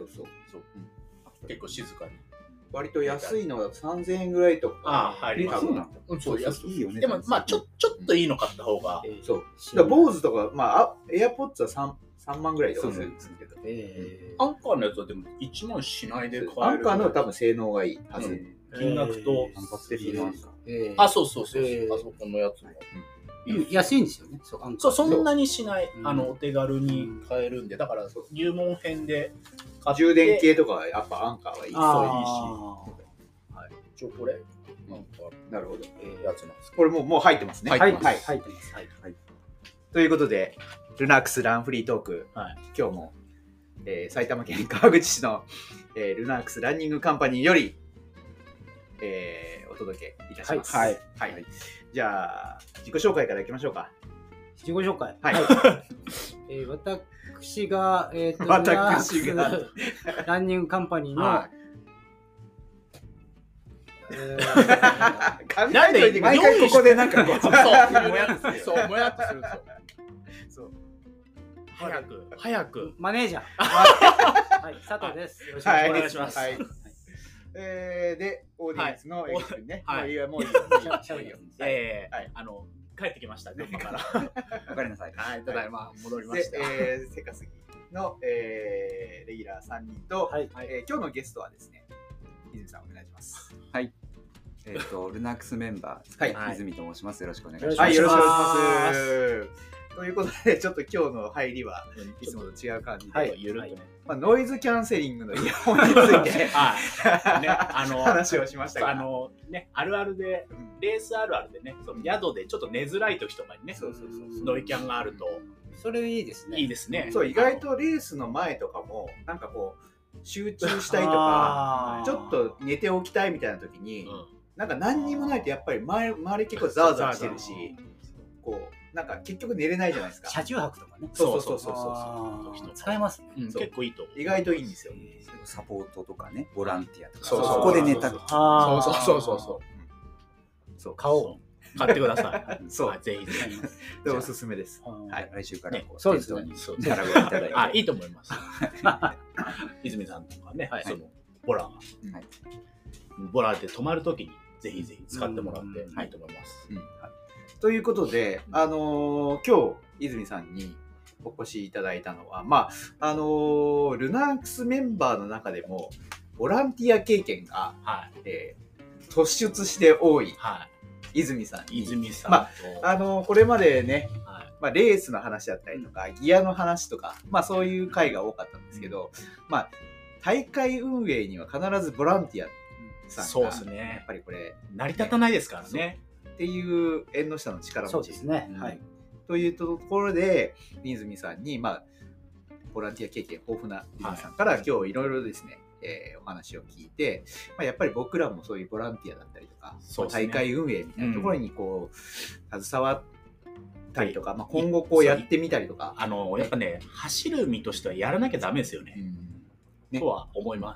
そう、 結構静かに。 割と安いのは3000円ぐらいとか。 入ります。 そうなんだ。 そう安いいよね。 でもまあちょっといいの買った方が。 そう。だから坊主とかエアポッツは3万ぐらいとかするんですけど。 アンカーのやつはでも1万しないで買える。 アンカーの多分性能がいいはず。 金額と単発的な。 そうあそこのやつも。 安いんですよね。 そうそんなにしないお手軽に買えるんで、だから入門編で充電系とかはやっぱアンカーはいいし、 これなるほどやつなんです。 これもう入ってますね。 入ってます。 ということでルナックスランフリートーク、今日も埼玉県川口市のルナックスランニングカンパニーよりお届けいたします。じゃあ自己紹介からいきましょうか。 自己紹介。私がランニングカンパニーのなんで毎回ここでなんかこうもやっとするんですよ。早くマネージャー佐藤です。よろしくお願いします。 でオーディエンスのエリ君ね。もういいよ。 帰ってきました。群馬から。 おかえりなさい。 ただいま戻りました。 せかすぎのレギュラー3人と今日のゲストはですね、泉さんお願いします。 はい。ルナックスメンバー泉と申します。よろしくお願いします。 はい、よろしくお願いします。ということでちょっと今日の入りはいつもと違う感じでゆるっとね。 ノイズキャンセリングのイヤホンについて話をしましたが、 あるあるでレースあるあるでね、その宿でちょっと寝づらい時とかにね、ノイキャンがあるとそれいいですね。 いいですね。 そう意外とレースの前とかもなんかこう集中したいとかちょっと寝ておきたいみたいな時になんか何にもないとやっぱり周り結構ザワザワしてるし、こうなんか結局寝れないじゃないですか。 車中泊とかね。 そう使えますね。 結構いいと。 意外といいんですよ。 サポートとかね、ボランティアとか、そこで寝たり。 そう買おう。 買ってください。 そうぜひぜひ。 でおすすめです。 来週からそうですね。 並べていただいて。 いいと思います。泉さんとかね、そのボラで泊まるときにぜひぜひ使ってもらっていいと思います。 ということで、今日泉さんにお越しいただいたのは、ルナックスメンバーの中でもボランティア経験が、突出して多い、泉さんに、これまでね、レースの話だったりとか、ギアの話とか、そういう回が多かったんですけど、大会運営には必ずボランティアさんが、やっぱりこれ成り立たないですからね。 っていう縁の下の力持ちですね。 というところで泉さんにボランティア経験豊富な泉さんから今日いろいろですね、お話を聞いて、やっぱり僕らもそういうボランティアだったりとか、大会運営みたいなところにこう携わったりとか、今後こうやってみたりとか、 やっぱね走る身としてはやらなきゃダメですよね。とは思います。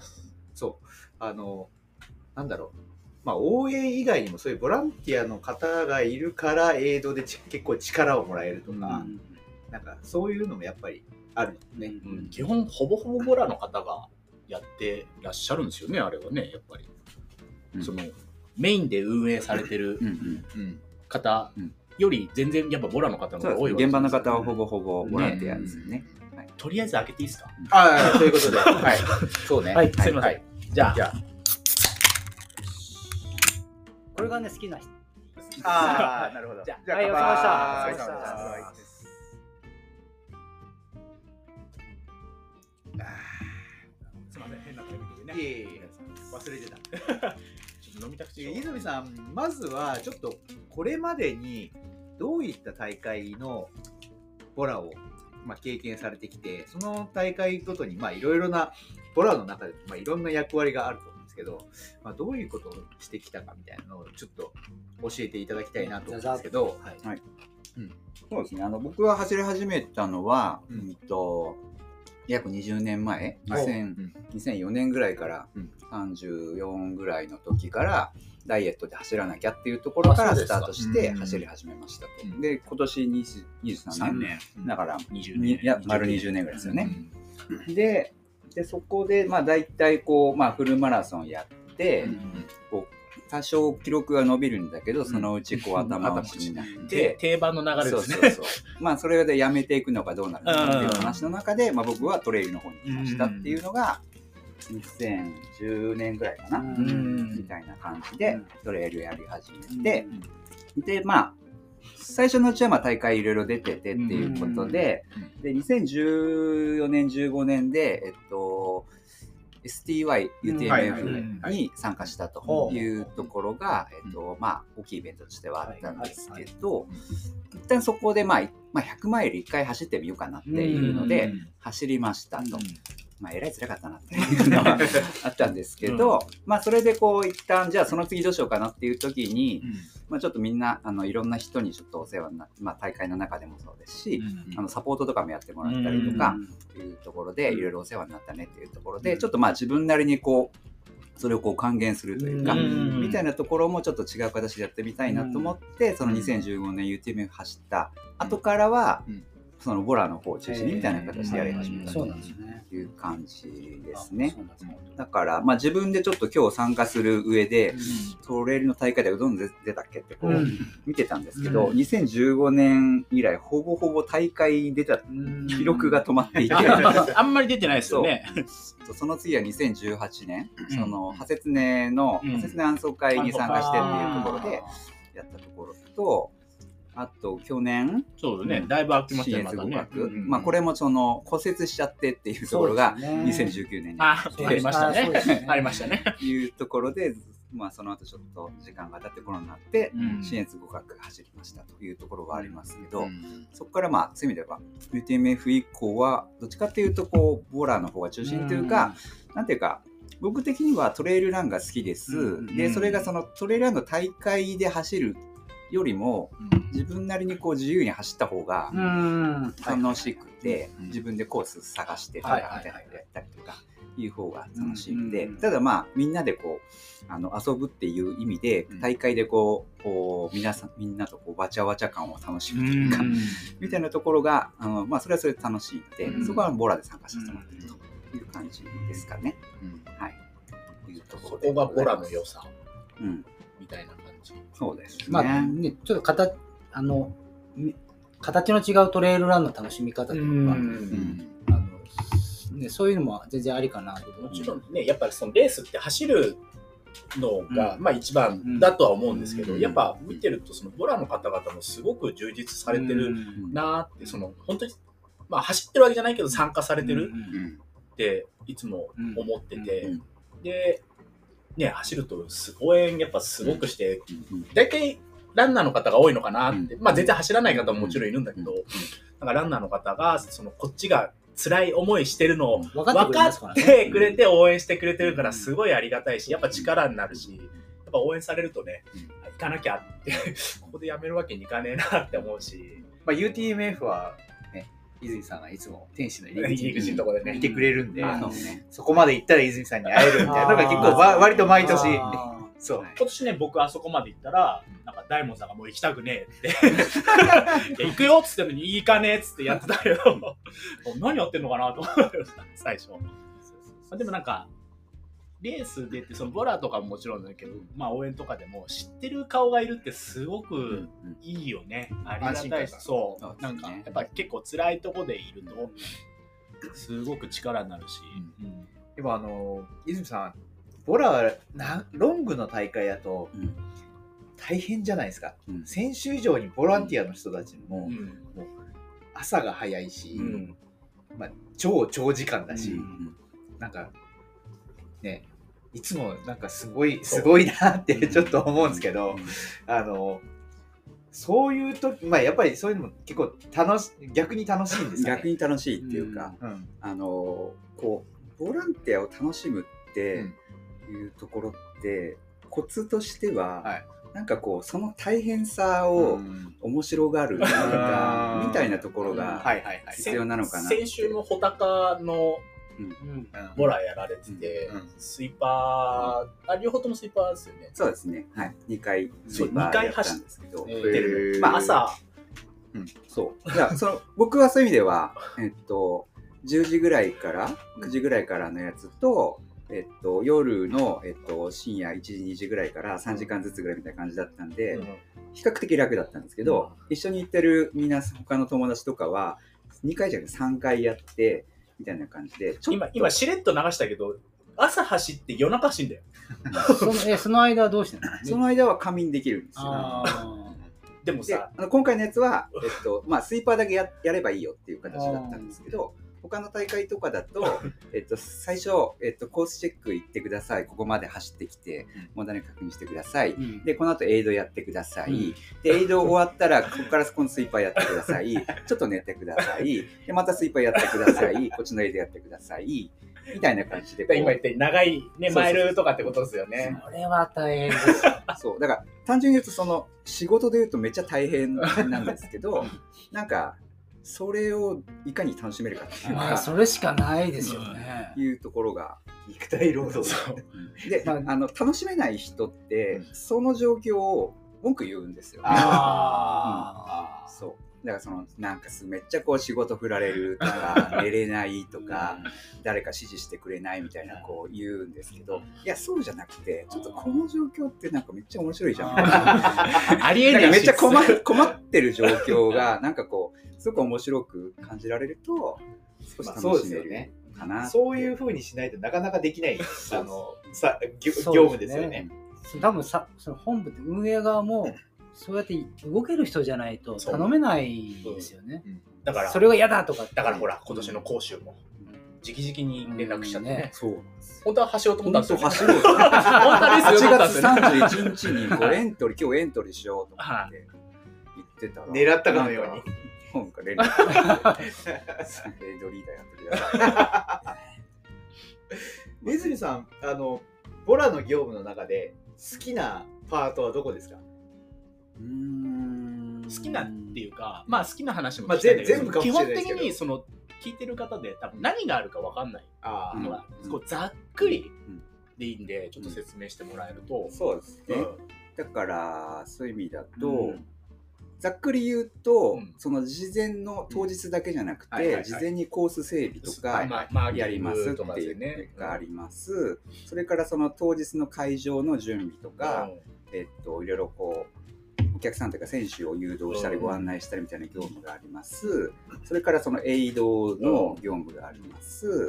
なんだろう。応援以外にもそういうボランティアの方がいるからエイドで結構力をもらえるとか、なんかそういうのもやっぱりあるね。 基本ほぼほぼボラの方がやってらっしゃるんですよね、あれはね、やっぱり。そのメインで運営されてる方より全然やっぱボラの方の方が多いわけです。 現場の方はほぼほぼボランティアですよね。 とりあえず開けていいですか？ ということで、そうね。 すいません。じゃあ。 これがね好きな人。 なるほど。 じゃあ、お疲れ様でした。 すいません、変なタイミングでね。 忘れてた。 ちょっと飲みたくて。 泉さん、まずはちょっとこれまでにどういった大会のボラを経験されてきて、その大会ごとにいろいろなボラの中でいろんな役割があると思うんですけど、どういうことをしてきたかみたいなのをちょっと教えていただきたいなと思うんですけど、 そうですね。僕が走り始めたのは、約20年前、2004年ぐらいから、34ぐらいの時からダイエットで走らなきゃっていうところからスタートして走り始めましたと。で、今年23年だから丸20年ぐらいですよね。で、 でそこでまあ大体こう、まあ、フルマラソンやって、こう多少記録が伸びるんだけど、そのうちこう頭打ちになって定番の流れですね。 そうそうそう。まあそれでやめていくのかどうなるのかっていう話の中で、まあ僕はトレイルの方に来ましたっていうのが2010年ぐらいかな、みたいな感じでトレイルやり始めて、でまあ最初のうちはまあ大会いろいろ出ててっていうことで、で2014年15年でSTY UTMF に参加したというところが、まあ、大きいイベントとしてはあったんですけど、一旦そこで、まあ、100マイル1回走ってみようかなっていうので走りましたと。まあ、えらい辛かったなっていうのはあったんですけど、まあ、それでこう一旦じゃあその次どうしようかなっていう時に、まあ、ちょっとみんないろんな人にちょっとお世話になって、まあ、大会の中でもそうですし、サポートとかもやってもらったりとかいうところでいろいろお世話になったねっていうところで、ちょっとまあ自分なりにこうそれをこう還元するというか、みたいなところもちょっと違う形でやってみたいなと思って、その2015年 UTMF 走った後からは、そのボラの方を中心にみたいな形でやり始めたという感じですね。だからまあ自分でちょっと今日参加する上で、トレイルの大会でどんどん出たっけってこう見てたんですけど、2015年以来ほぼほぼ大会に出た記録が止まっていてあんまり出てないですよね。 その次は2018年、そのハセツネのハセツネ安息会に参加してっていうところでやったところと、あと去年、 そうね、だいぶ空きましたね。 新越合格、まあこれもその骨折しちゃってっていうところが2019年にありましたね。ありましたね。 いうところで、まあその後ちょっと時間が経ってコロナになって新越合格走りましたというところがありますけど、そこからまあそういう意味では UTMF 以降はどっちかっていうとこうボラの方が中心というか、なんていうか。僕的にはトレイルランが好きです。で、それがそのトレイルランの大会で走るよりも、自分なりにこう自由に走った方が楽しくて、自分でコース探してとかやったりとかいう方が楽しいんで、ただまあみんなでこう遊ぶっていう意味で大会でこうみんなとこうわちゃわちゃ感を楽しむというか、みたいなところがまあそれはそれで楽しいんで、そこはボラで参加させてもらってるという感じですかね。はい。 そこがボラの良さみたいな感じ。 そうですね。 まあね、ちょっと形の違うトレイルランの楽しみ方とか、ね、そういうのも全然ありかなと。 もちろんね、やっぱりそのレースって走るのが、まあ一番だとは思うんですけど、やっぱ見てるとそのボラの方々もすごく充実されてるなって、その本当にまあ走ってるわけじゃないけど参加されてるっていつも思ってて、でね、走ると応援やっぱすごくして、大体ランナーの方が多いのかなって、まあ全然走らない方ももちろんいるんだけど、なんかランナーの方がそのこっちが辛い思いしてるのを分かってくれて応援してくれてるからすごいありがたいし、やっぱ力になるし、やっぱ応援されるとね、行かなきゃってここでやめるわけにいかねえなって思うし、 まあ UTMF は泉さんがいつも天使の入り口のところでねいてくれるんで、そこまで行ったら泉さんに会えるみたいなのが結構割と毎年そう。 今年ね、僕あそこまで行ったらなんか大門さんがもう行きたくねえって行くよっつってのに行かねえっつってやってたけど何やってんのかなと思って最初。でもなんかレースでってそのボラとかももちろんだけど、まあ応援とかでも知ってる顔がいるってすごくいいよね。ありがたいし、そう、なんかやっぱ結構辛いとこでいるとすごく力になるし。 でも泉さん、ボラロングの大会だと大変じゃないですか。選手以上にボランティアの人たちも朝が早いし、まあ超長時間だし、なんかね。いつもなんかすごいなってちょっと思うんですけど、そういう時、まあやっぱりそういうのも結構逆に楽しいんですかね。 逆に楽しいっていうか、こうボランティアを楽しむっていうところってコツとしては、なんかこうその大変さを面白がるとかみたいなところが必要なのかな。 先週の穂高のボラやられてて、スイーパー、両方ともスイーパーですよね。 そうですね。はい。2回スイーパーやったんですけど、 まあ朝、 そう。いや、僕はそういう意味では、 10時ぐらいから9時ぐらいからのやつと、夜の、深夜1時2時ぐらいから3時間ずつぐらいみたいな感じだったんで、比較的楽だったんですけど、一緒に行ってる他の友達とかは2回じゃなくて3回やってみたいな感じで、 今しれっと流したけど、朝走って夜中走んだよ。 その間はどうしてんの？ その間は仮眠できるんですよ。 でもさ、 今回のやつは、スイーパーだけやればいいよっていう形だったんですけど、他の大会とかだと、最初、コースチェック行ってください。ここまで走ってきて、問題なく確認してください。で、この後エイドやってください。で、エイド終わったら、ここからこのスイーパーやってください。ちょっと寝てください。で、またスイーパーやってください。こっちのエイドやってください。みたいな感じで。 今言って長いね、マイルとかってことですよね。 それは大変です。 そう。だから、単純に言うと、仕事で言うとめっちゃ大変なんですけど、なんか、それをいかに楽しめるかっていうか、 それしかないですよね。 いうところが肉体労働で、楽しめない人ってその状況を文句言うんですよね。そうだからなんかめっちゃこう仕事振られるとか寝れないとか誰か指示してくれないみたいなこう言うんですけど、いやそうじゃなくてちょっとこの状況ってなんかめっちゃ面白いじゃん。 ありえない。 めっちゃ困ってる状況がなんかこうすごく面白く感じられると少し楽しめるかな。 そういう風にしないとなかなかできない業務ですよね。 多分その本部って運営側もそうやって動ける人じゃないと頼めないですよね。 だからそれが嫌だとか。 だからほら今年の講習も直々に連絡しちゃってね。 そう。 本当は走ろうと思ったんですよ。 走ろう。本当は8月31日にこう今日エントリーしようと思って言ってたら狙ったかのように。 本か連絡してエイドリーダーやってください。 根泉さん、ボラの業務の中で好きなパートはどこですか？ 好きなっていうか、まあ好きな話も聞きたいんだけど、基本的に聞いてる方で多分何があるか分かんないのが、こうざっくりでいいんで、ちょっと説明してもらえると。 そうですね。だからそういう意味だと、ざっくり言うと、その事前の当日だけじゃなくて、事前にコース整備とかやりますっていうのがあります。それからその当日の会場の準備とか、いろいろこうお客さんというか選手を誘導したりご案内したりみたいな業務があります。それからそのエイドの業務があります。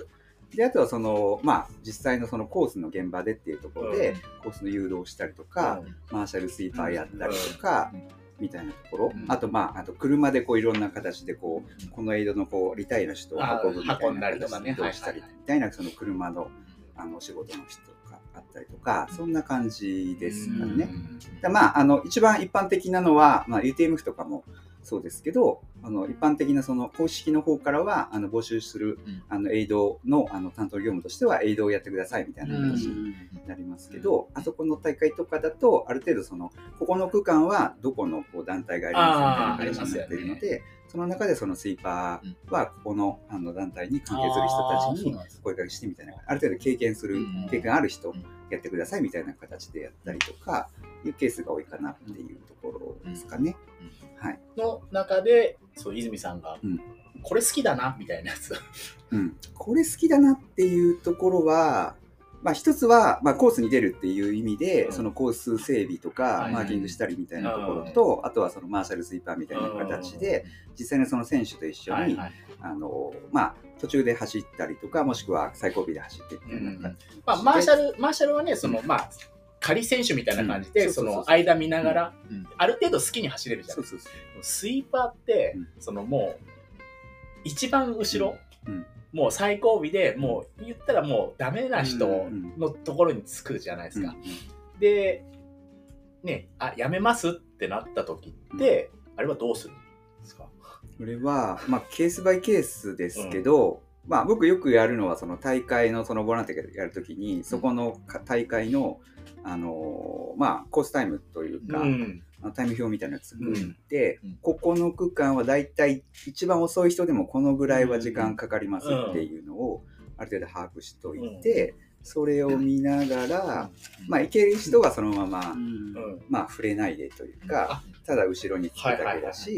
であとは実際のそのコースの現場でっていうところで、コースの誘導したりとか、マーシャルスイーパーやったりとか、みたいなところ、あとあと車でこういろんな形でこのエイドのこうリタイアの人を運ぶみたいな形で移動したりみたいなその車のお仕事の人があったりとか、そんな感じですかね。一番一般的なのは、UTMF とかもそうですけど、一般的なその公式の方からは募集するエイドの担当業務としてはエイドをやってくださいみたいな話になりますけど、あそこの大会とかだとある程度ここの区間はどこの団体がありますみたいな話になっているので、その中でそのスイーパーはここの団体に関係する人たちに声かけしてみたいな、ある程度経験ある人やってくださいみたいな形でやったりとかいうケースが多いかなっていうところですかね。はい。 の中で泉さんがこれ好きだなみたいなやつ、 これ好きだなっていうところは、一つはコースに出るっていう意味で、そのコース整備とかマーキングしたりみたいなところと、あとはそのマーシャルスイーパーみたいな形で実際にその選手と一緒に途中で走ったりとか、もしくは最後尾で走ってみたいな感じで、 マーシャルはね仮選手みたいな感じでその間見ながらある程度好きに走れるじゃないですか。スイーパーってもう一番後ろ、もう最後尾でもう言ったらもうダメな人のところにつくじゃないですか。でね、やめますってなった時って、あれはどうするんですか？ これはケースバイケースですけど、僕よくやるのはその大会のそのボランティアやるときに、そこの大会のコースタイムというか、タイム表みたいなのを作って、ここの区間はだいたい一番遅い人でもこのぐらいは時間かかりますっていうのをある程度把握しといて、それを見ながら、行ける人はそのまま、触れないでというか、ただ後ろにつくだけだし、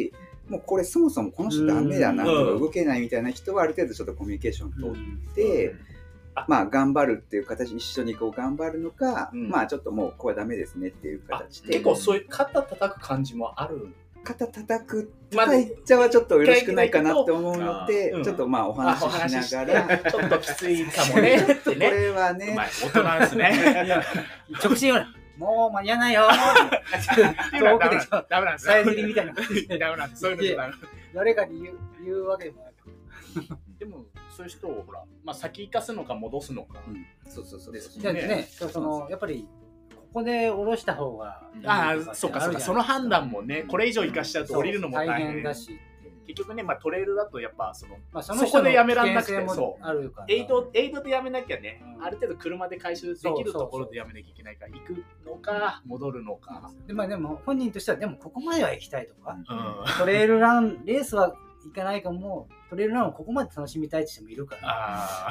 もうこれそもそもこの人ダメだなとか動けないみたいな人はある程度ちょっとコミュニケーション取って、まあ頑張るっていう形、一緒にこう頑張るのか、まあちょっともうここはダメですねっていう形で。 結構そういう肩叩く感じもある。 肩叩いちゃはちょっとよろしくないかなって思うので、ちょっとまあお話ししながら、 ちょっときついかもねってね。 これはね、 大人ですね。 直進よ、もう間に合わないよ。遠くでダメなんです。 さえずりみたいな。 ダメなんです。そういうのダメ。 誰かに言うわけでもなく。 でもそういう人をほら、まあ先生かすのか戻すのか。 そうですね。やっぱりここで下ろした方がそうかその判断もね、これ以上生かしちゃうと降りるのも大変だし、 結局ね、まあトレイルだとやっぱそのこでやめらんなくて、 そうエイドでやめなきゃね、ある程度車で回収できるところでやめなきゃいけないから、行くのか戻るのか。 でも本人としてはでもここまでは行きたいとか、トレイルランレースは行かないかも、トレイルランをここまで楽しみたいって人もいるから、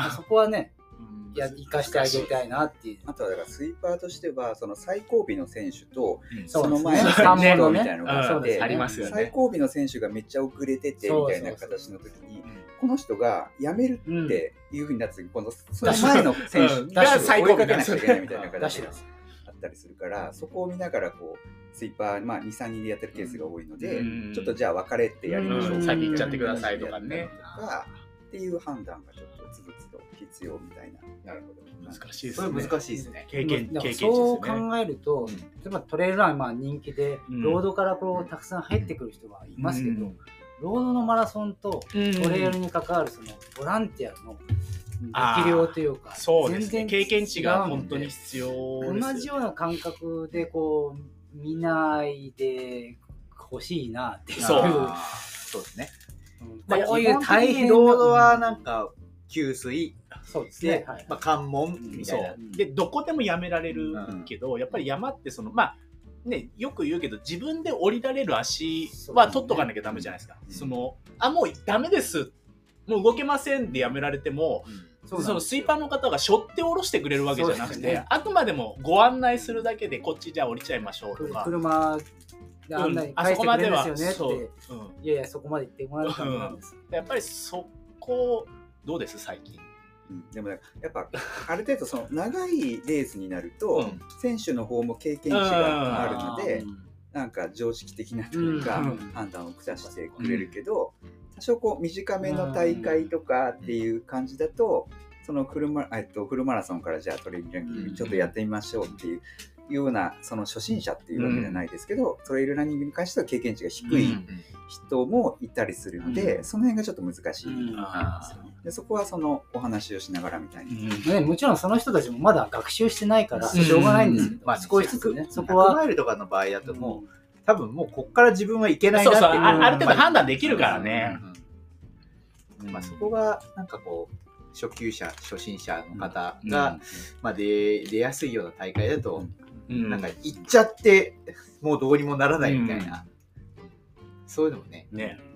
そこはね。生かしてあげたいなっていう。 あとはだからスイーパーとしてはその最後尾の選手とその前の選手とみたいなのがあって、最後尾の選手がめっちゃ遅れててみたいな形の時に、この人が辞めるっていう風になって、今度その前の選手が追いかけなきゃいけないみたいな形があったりするから、そこを見ながらこうスイーパー、まあ 2,3 人でやってるケースが多いので、ちょっとじゃあ別れてやりましょう、 先行っちゃってくださいとかねっていう判断がちょっとつどつど必要みたいな。 なるほど。難しいですね。それ難しいですね。 経験値ですね。 そう考えると、例えばトレイルランは人気で、ロードからこうたくさん入ってくる人はいますけど、ロードのマラソンとトレイルに関わるそのボランティアの力量というか、 全然経験値が本当に必要です。 同じような感覚でこう見ないでほしいなっていう。 そうですね。 こういう大変なロードはなんか給水、 そうですね、 まあ関門みたいな。 でどこでもやめられるけど、やっぱり山ってそのまあね、よく言うけど自分で降りられる足は取っとかなきゃダメじゃないですか。そのもうダメです、もう動けませんでやめられても、そのスイーパーの方が背負って下ろしてくれるわけじゃなくて、あくまでもご案内するだけでこっちじゃあ降りちゃいましょうとか。 車案内返してくれるんですよねって、いやいやそこまで行ってもらうためなんです。 やっぱりそこどうです最近？ でもやっぱある程度その長いレースになると、選手の方も経験値があるので、なんか常識的なというか、判断を下してくれるけど、多少こう短めの大会とかっていう感じだと、そのフルマラソンからじゃあトレイルランニングちょっとやってみましょうっていうような、その初心者っていうわけじゃないですけど、トレイルランニングに関しては経験値が低い人もいたりするので、その辺がちょっと難しいんですよね。でそこはそのお話をしながらみたいな、 もちろんその人たちもまだ学習してないからしょうがないんですけど、少しずつね、そこは 100マイルとかの場合だともう多分もうこっから自分はいけないなっていう、 ある程度判断できるからね。 まあそこがなんかこう初心者の方が、まあ出やすいような大会だと、なんか行っちゃってもうどうにもならないみたいな、そういうのもね。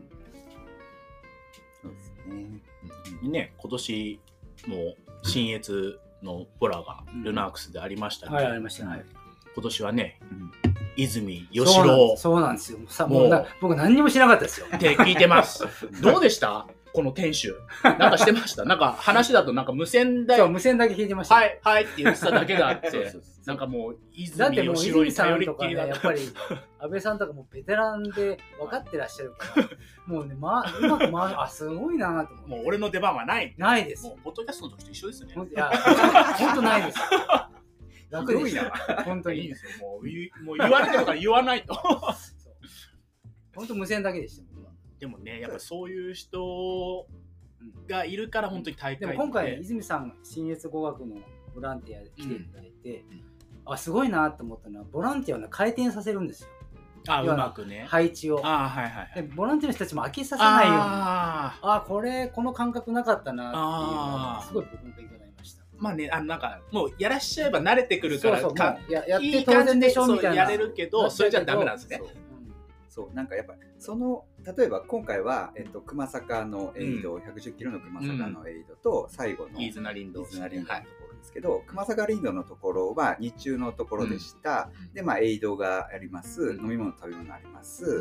そうですね。 今年も新越のボラがルナークスでありましたね。 はい、ありましたね。 今年はね、泉吉郎。 そうなんですよ。もう僕何にもしなかったですよ。 って聞いてます。どうでした？この店主なんかしてました。なんか話だとなんか無線だけ聞いてました。 はいはいって言ってただけがあって、なんかもう泉吉郎に頼りっきりだ。 やっぱり安倍さんとかもベテランで分かってらっしゃるから、もうねうまくすごいなと思って。 もう俺の出番はない。 ないです。 もうポッドキャストの時と一緒ですね。 いや本当ないです。楽でした。本当にいいですよ。 もう言われてるから言わないと。 本当無線だけでした。 でもね、やっぱそういう人がいるから本当に大会で。 でも今回泉さん新越語学のボランティアで来ていただいて、すごいなと思ったのはボランティアを回転させるんですよ。 うまくね。 配置を。でボランティアの人たちも飽きさせないように。この感覚なかったなっていうのがすごい僕も勉強になりました。 まあね、なんかもうやらしちゃえば慣れてくるからやって当然でしょみたいな。 やれるけどそれじゃダメなんですね。 そうなんかやっぱその例えば今回は熊坂のエイド、110キロの熊坂のエイドと最後の飯綱林道のところですけど、熊坂林道のところは日中のところでした。でエイドがあります、飲み物食べ物あります。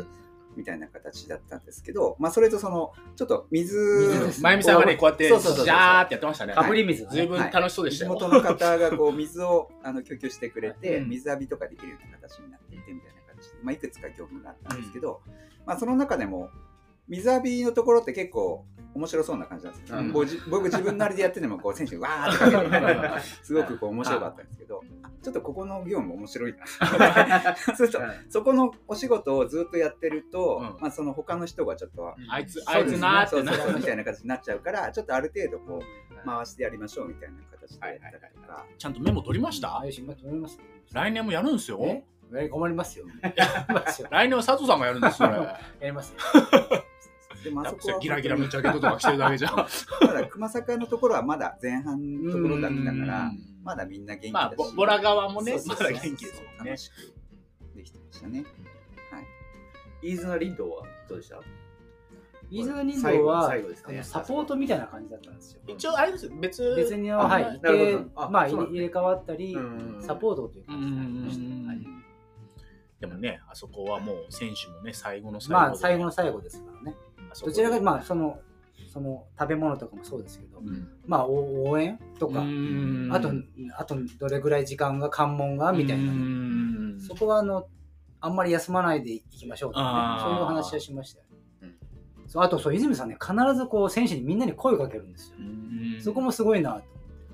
みたいな形だったんですけど、まあそれとそのちょっと水まゆみさんがねこうやってジそうそうそうそうャーってやってましたね。 かぶり水ずいぶん楽しそうでしたよ。 地元の方がこう水を供給してくれて、 うん水浴びとかできるような形になっていてみたいな形で、まあ、いくつか業務があったんですけど、まあ、その中でも水浴びのところって結構面白そうな感じなんですよ、僕自分なりでやっててもこう選手にわーってかけてみたいなすごくこう面白かったんですけど、ちょっとここの業務面白いなそうするとそこのお仕事をずっとやってると、まあ、その他の人がちょっとあいつなーってなっちゃうみたいな形になっちゃうから、ちょっとある程度こう回してやりましょうみたいな形でやったりとか。 ちゃんとメモ取りました？来年もやるんですよ。 困りますよ。 来年は佐藤さんがやるんですよ。 やりますよ。 でもあそこはギラギラのジャケットとかしてるだけじゃん。 ただ熊坂のところはまだ前半のところだったからまだみんな元気だし、 まあボラ側もねまだ元気ですもんね。 楽しくできてましたね。はい。 飯綱林道はどうでした？ 飯綱林道は最後ですね、 サポートみたいな感じだったんですよ。 一応あれです別にはいいて、まあ入れ替わったりサポートという感じになりました。 でもね、あそこはもう選手もね最後の最後、 まあ最後の最後ですからね。どちらかまあその食べ物とかもそうですけど、まあ応援とか、あとどれぐらい時間が関門がみたいな、そこはあんまり休まないでいきましょうとかね、そういう話はしましたよ。あとそう泉さんね、必ずこう選手にみんなに声をかけるんですよ。そこもすごいなと。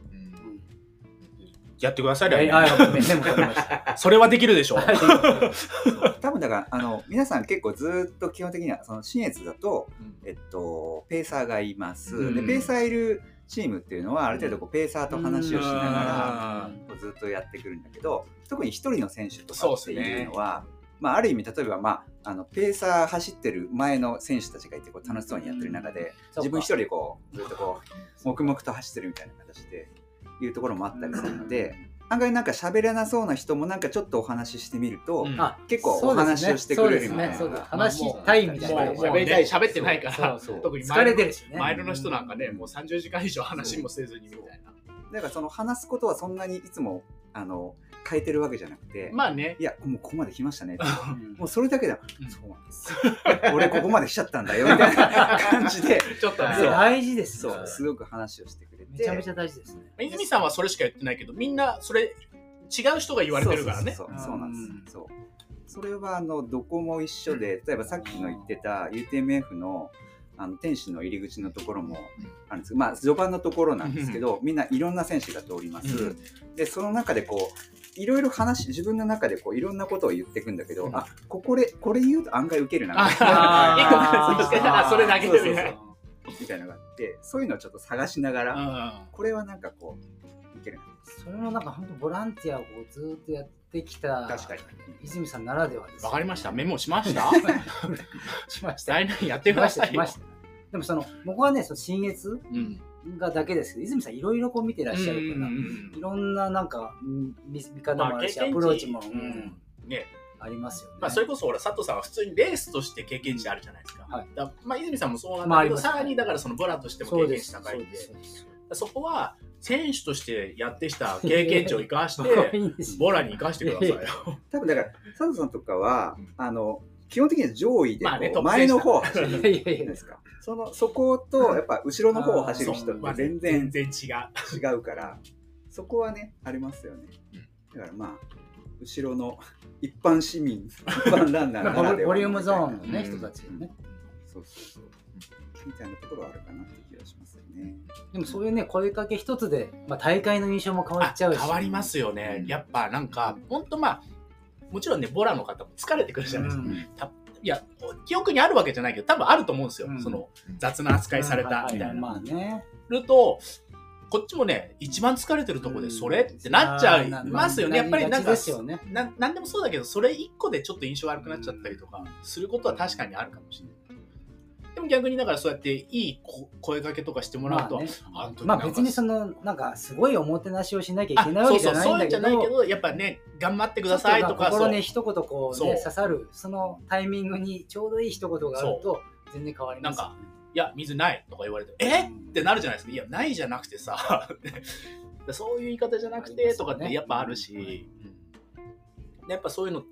やってくださいね。それはできるでしょう。 多分だから皆さん結構ずっと基本的にはその信越だと、ペーサーがいます。でペーサーいるチームっていうのはある程度こうペーサーと話をしながらずっとやってくるんだけど、特に一人の選手とかっていうのは、まあある意味例えばペーサー走ってる前の選手たちがいてこう楽しそうにやってる中で、自分一人でこうずっとこう黙々と走ってるみたいな形でいうところもあったりするので、案外なんか喋らなそうな人もなんかちょっとお話ししてみると、結構お話をしてくれるみたいな。 話したいみたいな。 喋ってないから特に疲れてるしね。 前の人なんかねもう30時間以上話もせずにみたいな。 だからその話すことはそんなにいつも変えてるわけじゃなくて、 まあね、 いやもうここまで来ましたねもうそれだけでそうなんです俺ここまで来ちゃったんだよみたいな感じでちょっと大事です。 そうすごく話をしてくれて、 めちゃめちゃ大事ですね。 泉さんはそれしか言ってないけど、みんなそれ違う人が言われてるからね。 そうなんです。それはどこも一緒で、例えばさっきの言ってた UTMF の天使の入り口のところもあるんですけど、まあ序盤のところなんですけど、みんないろんな選手が通ります。でその中でこういろいろ自分の中でこういろんなことを言っていくんだけど、これ言うと案外ウケるなみたいな、 それだけでみたいなのがあって、そういうのをちょっと探しながら、これはなんかこうウケるな。 それもなんか本当ボランティアをずっとやってきた泉さんならではです。 わかりました。メモしました。 しました。 来年やってくださいよ。 でも僕はね、信越がだけですけど、泉さんいろいろこう見てらっしゃるから、いろんななんか見方もあるし、アプローチもありますよね。 まあそれこそ佐藤さんは普通にレースとして経験値あるじゃないですか。まあ泉さんもそうなんだけど、さらにだからそのボラとしても経験値高いんで、そこは選手としてやってきた経験値を生かしてボラに生かしてくださいよ。 多分だから佐藤さんとかは基本的には上位で前の方を走るんですか。そことやっぱ後ろの方を走る人って全然違うから、そこはねありますよね。だからまあ後ろの一般市民、一般ランナーならではボリュームゾーンのね人たちね。 そうみたいなところはあるかなって気がしますよね。 でもそういうね声かけ一つで大会の印象も変わっちゃうし。 変わりますよね。やっぱなんか本当もちろんねボラの方も疲れてくるじゃないですか。いや記憶にあるわけじゃないけど多分あると思うんですよ、その雑な扱いされたみたいな。 まあね。 るとこっちもね一番疲れてるところでそれってなっちゃいますよね。やっぱりなんかなんでもそうだけどそれ一個でちょっと印象悪くなっちゃったりとかすることは確かにあるかもしれない。でも逆にだからそうやっていい声かけとかしてもらうと、 別になんかすごいおもてなしをしなきゃいけないわけじゃないんだけど、 やっぱね頑張ってくださいとか心に一言こうね刺さるそのタイミングにちょうどいい一言があると全然変わります。 なんかいや水ないとか言われてってなるじゃないですか。いやないじゃなくてさそういう言い方じゃなくてとかってやっぱあるし、やっぱそういうのって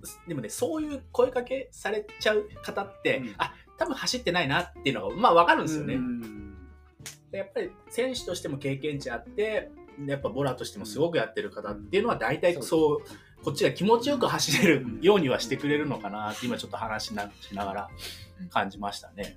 でもね、そういう声かけされちゃう方って、多分走ってないなっていうのが、まあ分かるんですよね。でやっぱり選手としても経験値あって、やっぱボラとしてもすごくやってる方っていうのは大体そう、こっちが気持ちよく走れるようにはしてくれるのかなって今ちょっと話しながら感じましたね。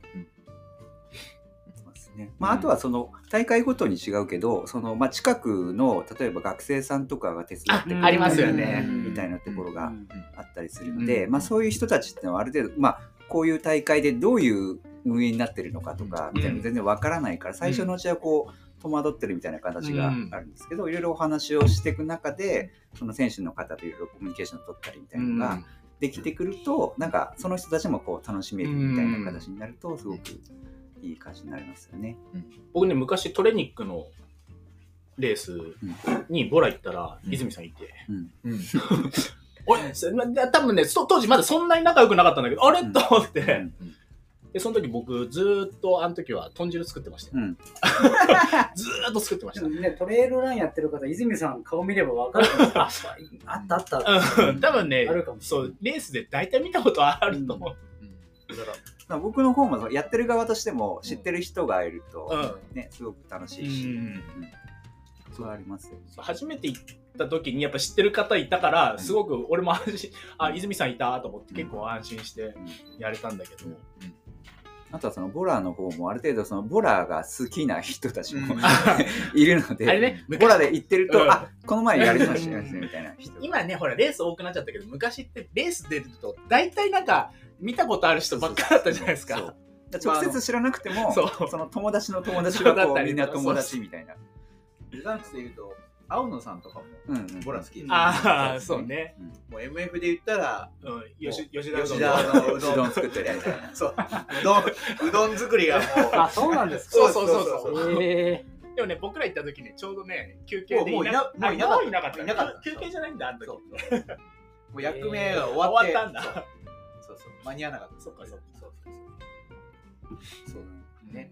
あとはその大会ごとに違うけど、その近くの例えば学生さんとかが手伝ってくれありますよねみたいなところがあったりするので、そういう人たちってのはある程度、こういう大会でどういう運営になってるのかとかみたいなの全然わからないから、最初のうちはこう戸惑ってるみたいな形があるんですけど、いろいろお話をしていく中でその選手の方といろいろコミュニケーションを取ったりみたいなのができてくると、なんかその人たちもこう楽しめるみたいな形になるとすごくいい感じになりますよね。 僕ね、昔トレニックのレースにボラ行ったら、泉さんいて、俺多分ね、当時まだそんなに仲良くなかったんだけど、あれと思って、でその時僕ずっとあの時は豚汁作ってましたよ。ずーっと作ってましたね。トレイルランやってる方、泉さん顔見れば分かるんですか？あった。 多分ね、そうレースで大体見たことあると思う。 僕の方もやってる側としても知ってる人がいると、すごく楽しいし、そうありますよ。 初めて行った時にやっぱ知ってる方いたから、すごく俺も安心、泉さんいたと思って結構安心してやれたんだけど、 あとはそのボラの方もある程度そのボラが好きな人たちもいるので、 あれね、 ボラで行ってると、この前やりましたねみたいな人。 今ね、ほらレース多くなっちゃったけど、昔ってレース出ると大体なんか見たことある人ばっかだったじゃないですか。 直接知らなくても、その友達の友達がこうみんな友達みたいな。 ルナックスで言うと青野さんとかもボラ好きです。 そうね。 もう MF で言ったら吉田のうどん作ってるみたいな。 そう、うどん作りがもう。 そうなんですか。そう。でもね、僕ら行った時ね、ちょうどね、休憩でいなかった。休憩じゃないんだ、あの時。もう役目が終わったんだ。 そう、間に合わなかった。そうね。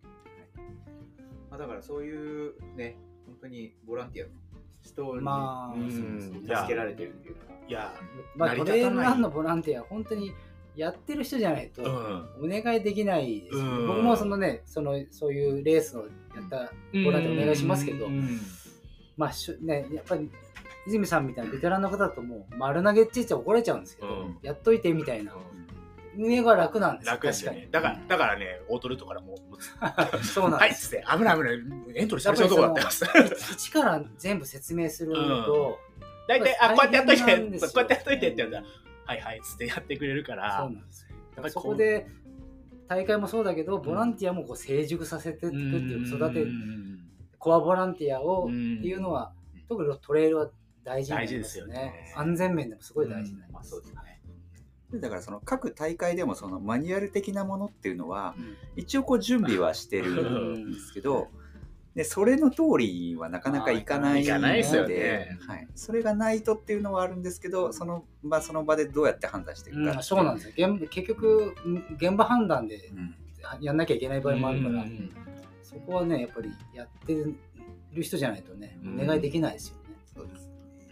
だからそういうね、本当にボランティアの人に助けられてるっていうか、 いや、 トレイルランのボランティア本当にやってる人じゃないとお願いできないです。僕もそういうレースをやったボランティアお願いしますけど、やっぱり泉さんみたいなベテランの方だともう丸投げって言っちゃ怒られちゃうんですけど、やっといてみたいな。運営が楽なんですよ。 楽ですよね。だからね、オートルとかもそうなんです。 はい、危ないエントリーされちゃうとこだったよ。 一から全部説明すると、 大体こうやってやっといて、こうやってやっといてって言うんだ。はいつってやってくれるから。 そうなんですよ。だからそこで大会もそうだけど、ボランティアもこう成熟させていくっていう育てコアボランティアをっていうのは特にトレイルは大事ですよね。安全面でもすごい大事になります。 だからその各大会でもそのマニュアル的なものっていうのは一応こう準備はしてるんですけど、でそれの通りはなかなかいかないので、それがないとっていうのはあるんですけど、その場でどうやって判断していくか、 そうなんですよ。結局現場判断でやんなきゃいけない場合もあるから、そこはねやっぱりやってる人じゃないとねお願いできないですよね。 そうです。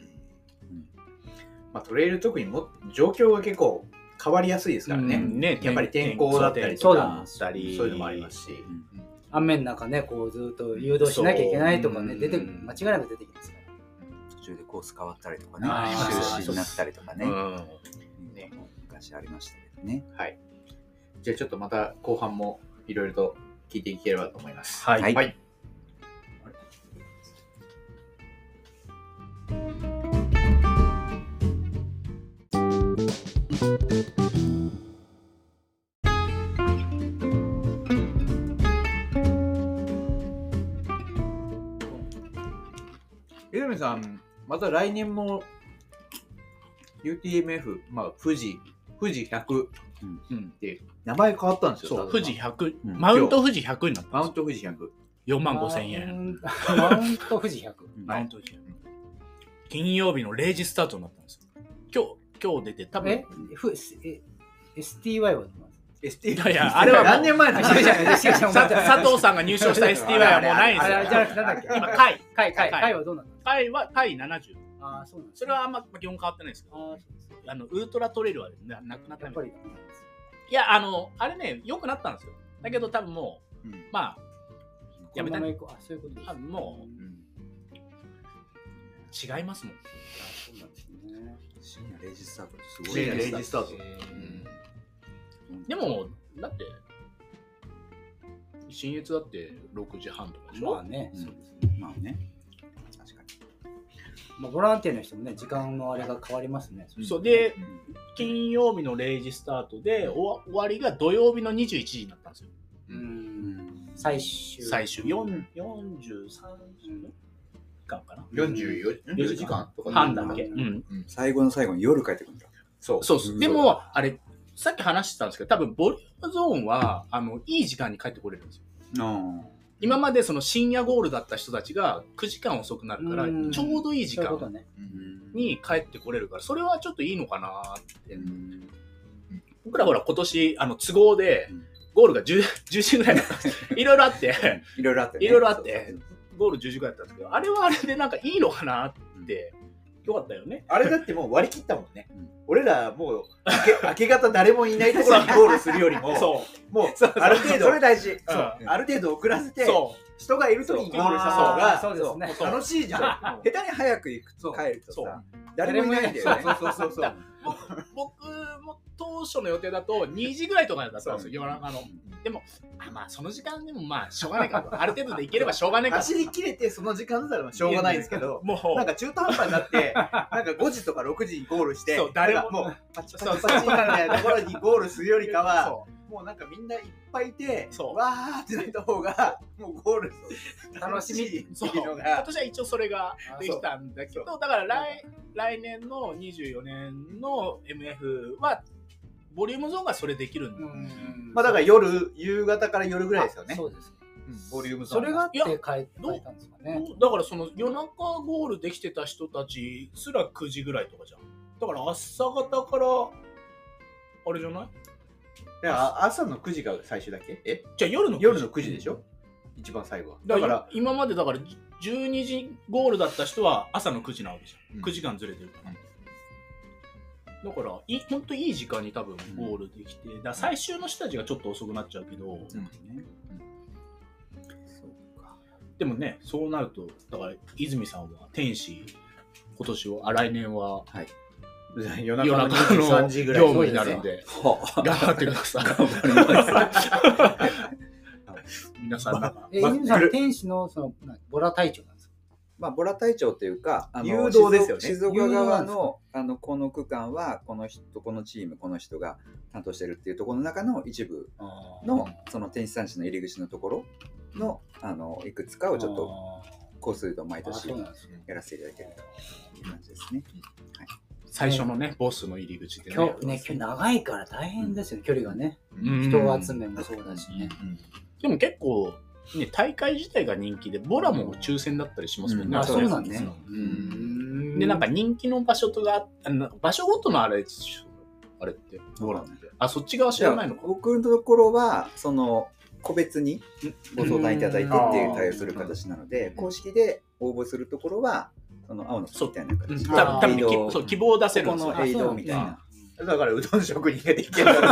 トレイル特に状況が結構変わりやすいですからね。やっぱり天候だったりとか、そういうのもありますし、 雨の中ね、こうずっと誘導しなきゃいけないとかね、間違いなく出てきますから。 途中でコース変わったりとかね、中止になったりとかね、昔ありましたけどね。 はい。じゃあちょっとまた後半もいろいろと聞いていければと思います。 はい。 泉さん、また来年も UTMF、富士100って名前変わったんですよ。 富士100、マウント富士100になった。 マウント富士100。 45,000円。 マウント富士100。 マウント富士100。金曜日の0時スタートになったんですよ。今日出て多分。 STY はどうなんですか？ いや、あれは何年前の話じゃないですか。 佐藤さんが入賞した STY はもうないんですよ。 じゃなくてなんだっけ？ 今、 貝はどうなんですか？ 貝70。 あ、そうなんですね。 それはあんま基本変わってないですけど、 そうですね。 ウルトラトレイルはなくなったやっぱり。 いや、あれね、良くなったんですよ。だけど多分もう、まあ、やめたね。 あ、そういうことです。 多分もう、違いますもん。 そうなんですね。 深夜0時スタートってすごい 0時スタート。 でも、だって、新越だって6時半とかでしょ。 まあね、 うんそうですね。 まあね。確かに。 まあ、ボランティアの人もね、時間のあれが変わりますね。 そうで、金曜日の0時スタートで、終わりが土曜日の21時になったんですよ。最終43時間かな。 44時間とか半だっけ。 最後の最後に夜帰ってくるんだ。 そうそう。でも、あれ、さっき話してたんですけど、多分ボリュームゾーンは、いい時間に帰ってこれるんですよ。今までその深夜ゴールだった人たちが9時間遅くなるから、ちょうどいい時間に帰ってこれるから、それはちょっといいのかなって。僕らほら今年、都合で、ゴールが 10時ぐらいだったんです。いろいろあって、 いろいろあって、 ゴール10時ぐらいだったんですけど、あれはあれでなんかいいのかなって、よかったよね。 あれだってもう割り切ったもんね。俺らもう明け方誰もいないところにゴールするよりも、もうある程度、 それ大事。 ある程度遅らせて、人がいるときにゴールした方が楽しいじゃん。 下手に早く行くと帰るとさ、誰もいないんだよね。 そう僕も当初の予定だと2時ぐらいとかだったんですよ、夜中の。でも、まあその時間でもまあしょうがないから、ある程度で行ければしょうがないから。 走り切れてその時間だったらしょうがないんですけど、なんか中途半端になって、なんか5時とか6時にゴールして、誰ももうパチパチパチみたいなところにゴールするよりかは、もうなんかみんないっぱいいて、わーってなった方が、もうゴール楽しみっていうのが。 今年は一応それができたんだけど、だから来年の24年の MF は、ボリュームゾーンがそれできるんだ。 まあだから夕方から夜ぐらいですよね。 そうです。 ボリュームゾーン。 それがあって変えたんですかね。 だからその夜中ゴールできてた人たちすら9時ぐらいとかじゃん。だから朝方からあれじゃない？ いや朝の9時が最終だっけ？ じゃあ夜の 9時でしょ？一番最後は。 だから今までだから12時ゴールだった人は朝の9時なわけじゃん。9時間ずれてるから。だから本当いい時間に多分ゴールできて、だから最終の人たちがちょっと遅くなっちゃうけど、でもね、そうなるとだから泉さんは天使今年は来年は、夜中の3時ぐらい業務になるんで頑張ってください。皆さんなんか泉さん天使のそのボラ隊長なんですか？ まあ、ボラ隊長っていうか、 誘導ですよね。 静岡側の、この区間は、この人、このチーム、この人が担当してるっていうところの中の一部の、その天使山地の入り口のところの、いくつかをちょっと、コースで毎年やらせていただけるという感じですね。 最初のね、ボスの入り口でね。 今日長いから大変ですよね、距離がね。人集めもそうだしね。 でも結構、ね、大会自体が人気でボラも抽選だったりしますもんね。 そうなんね。 でなんか人気の場所とか場所ごとのあれってボラってそっち側知らないのか。 僕のところはその個別にご相談いただいてっていう対応する形なので、公式で応募するところはその青のみたいな形で多分希望を出せるんですよ。 このエイドみたいな。 だからうどん職人ができるそう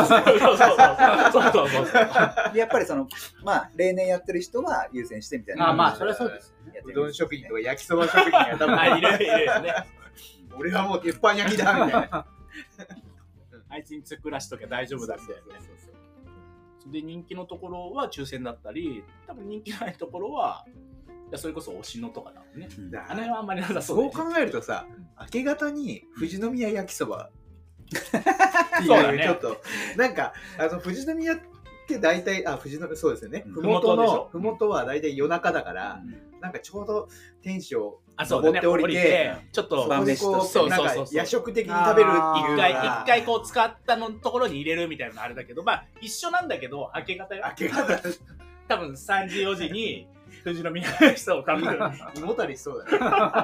やっぱりそのまあ例年やってる人は優先してみたいな。 まあそれはそうですね。 うどん職人とか焼きそば職人が多分いるね。 俺はもう鉄板焼きだみたいな。 あいつに作らしときゃ大丈夫だみたいな。で人気のところは抽選だったり、多分人気ないところはそれこそ推しのとかだもんね。あの辺はあんまりなさそう。 そう考えるとさ、明け方に富士宮焼きそばそうだね。 ちょっとなんか富士宮って大体そうですよね。ふもとは大体夜中だから、なんかちょうど天使を登って降りて、 ちょっと晩飯となんか夜食的に食べるっていう一回こう使ったのところに入れるみたいなのあれだけど、まあ一緒なんだけど明け方多分3時4時に富士宮の人を食べる。 胃もたりしそうだ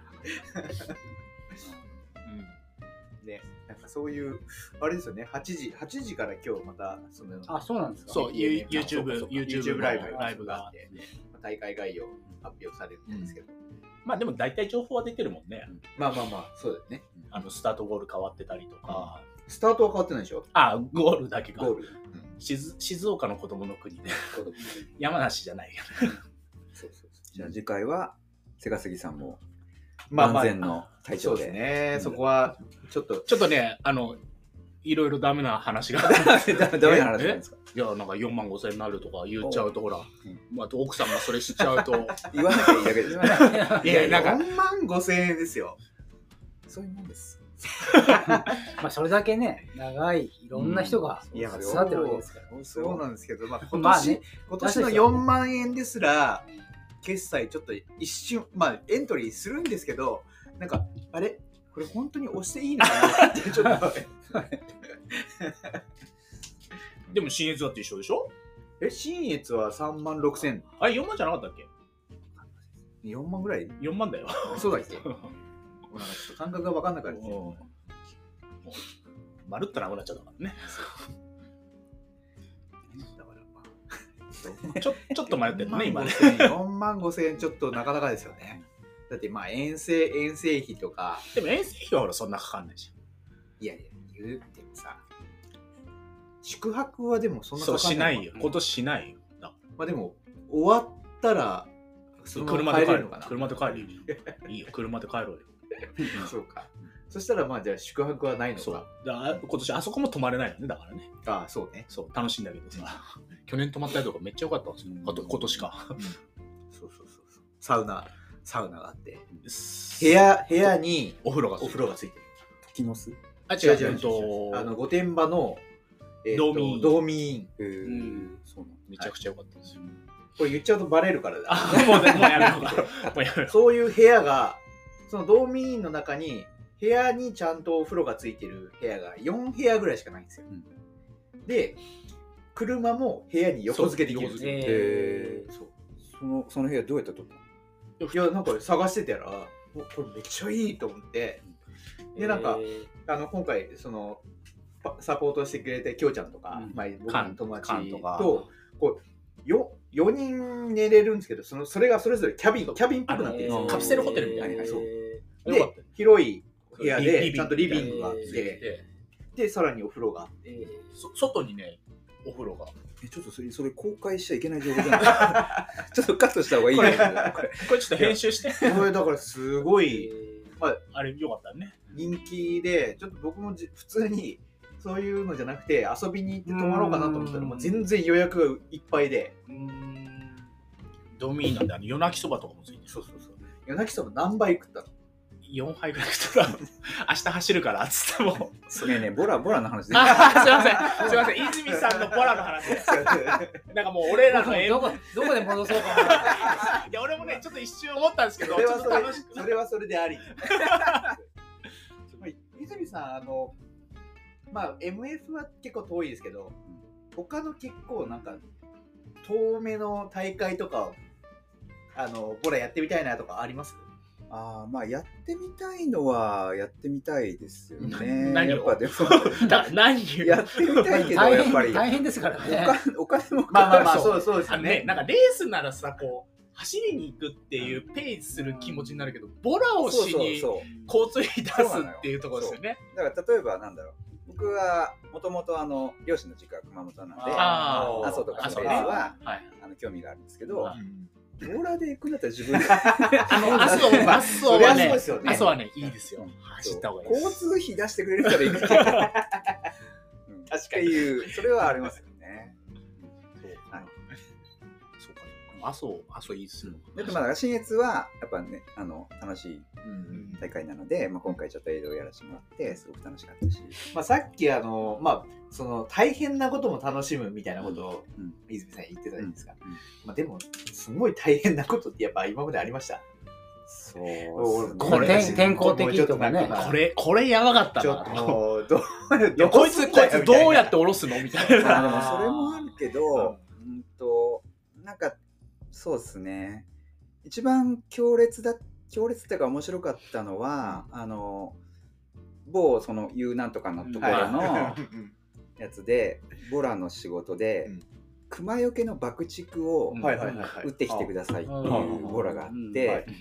ね。なんかそういうあれですよね。8時から今日またそうなんですか。 そう YouTube ライブがあって大会概要発表されるんですけど、 まあでも大体情報は出てるもんね。 まあまあまあ、そうだよね。 スタートゴール変わってたりとか。 スタートは変わってないでしょ。 ゴールだけか。 ゴール。 静岡の子供の国で。山梨じゃないよね。 そう。じゃあ次回は瀬ヶ杉さんもまあまあ万全の体調で。 そうですね。そこはちょっとね、いろいろダメな話が。 ダメな話なんですか。 いや、なんか4万5千になるとか言っちゃうと、ほら、まあ、奥さんがそれしちゃうと。 言わなきゃいいだけですよね。 いや、なんか4万5千円ですよ。 そういうもんです。 まあそれだけね、長いいろんな人が育ってるわけですから。 そうなんですけど、まあ今年の4万円ですら、決済ちょっと一瞬、まあエントリーするんですけど、なんか、あれこれ本当に押していいのかなってちょっと。 でも新越だって一緒でしょ？ 新越は3万6千。 あれ4万じゃなかったっけ ？4万ぐらい？ 4万だよ。 そうだっけ？なんかちょっと感覚が分かんなくなる。 まるっとなくなっちゃったからね。 だからまあちょっと迷ってるね、今ね。 4万5千円ちょっとなかなかですよね。だってまあ遠征費とか。 でも遠征費はほらそんなかかんないじゃん。 いや、言うてもさ、宿泊はでもそんなかかんない。 そうしないよ。今年しないよ。 まあでも、終わったら、 車で帰るのかな。 車で帰るよ。いいよ、車で帰ろうよ。 そうか。そしたらまあじゃあ宿泊はないのか。 そう。今年あそこも泊まれないよね、だからね。 ああ、そうね。 そう、楽しいんだけどさ。去年泊まったりとかめっちゃ良かったんですよ。今年か。 そう。サウナがあって。部屋にお風呂がついてる。 時の巣？ あ、違う。 御殿場のドーミーイン。 そうなの。 めちゃくちゃ良かったんですよ。 これ言っちゃうとバレるからだ。 もうやめよう。 そういう部屋が、そのドーミーインの中に、部屋にちゃんとお風呂がついてる部屋が4部屋ぐらいしかないんですよ。で、車も部屋に横付けできるんですよ。 その部屋どうやって撮ったの？ いや、なんか探してたら、これめっちゃいいと思って、で、なんか、今回、サポートしてくれて、きょうちゃんとか、僕の友達と、こう、4人寝れるんですけど、それがそれぞれキャビンっぽくなってるんですよ。 カプセルホテルみたいな。 そう。で、広い部屋で、ちゃんとリビングがあって、で、さらにお風呂があって、 外にね、お風呂が。 ちょっとそれ公開しちゃいけない情報じゃないちょっとカットした方がいいね。 これちょっと編集して。 これだからすごい、 あれよかったね。 人気で、ちょっと僕も普通にそういうのじゃなくて遊びに行って泊まろうかなと思ったらもう全然予約がいっぱいで。 ドーミーなんで夜泣きそばとかもついてる。 そう。夜泣きそば何杯食ったの ？4杯ぐらい食ったら明日走るからっつってもねボラの話で。 すいません泉さんのボラの話でなんかもう俺らのどこで戻そうかな。 いや俺もねちょっと一瞬思ったんですけど、 それはそれであり。泉さんまあ MF は結構遠いですけど、他の結構なんか遠めの大会とかボラやってみたいなとかあります？ まあやってみたいのはやってみたいですよね。 何をやっぱでも何やってみたいけどやっぱり大変ですからね。 お金もまあそうですよね。 なんかレースならさこう走りに行くっていうペイする気持ちになるけど、ボラをしに交通費出すっていうところですよね。 だから例えばなんだろう。僕はもともと両親の実家は熊本なんで、阿蘇とかのレースは興味があるんですけど。ボラで行くんだったら自分で阿蘇はねいいですよ。走った方がいい。 交通費出してくれるから行くけど確かにいうそれはありますよね。 そうか。阿蘇いいですよ。 だってまあ新越はやっぱね楽しい大会なので、今回ちょっと映像をやらせてもらってすごく楽しかったし、 さっきその大変なことも楽しむみたいなことを泉さん言ってたじゃないですか。でもすごい大変なことってやっぱ今までありました。 そうこれ天候的とかね。 これやばかったな。こいつどうやって下ろすのみたいな。 でもそれもあるけど、なんかそうですね。一番強烈っていうか面白かったのは某その U なんとかのところのやつでボラの仕事で熊よけの爆竹を撃ってきてくださいっていうボラがあって、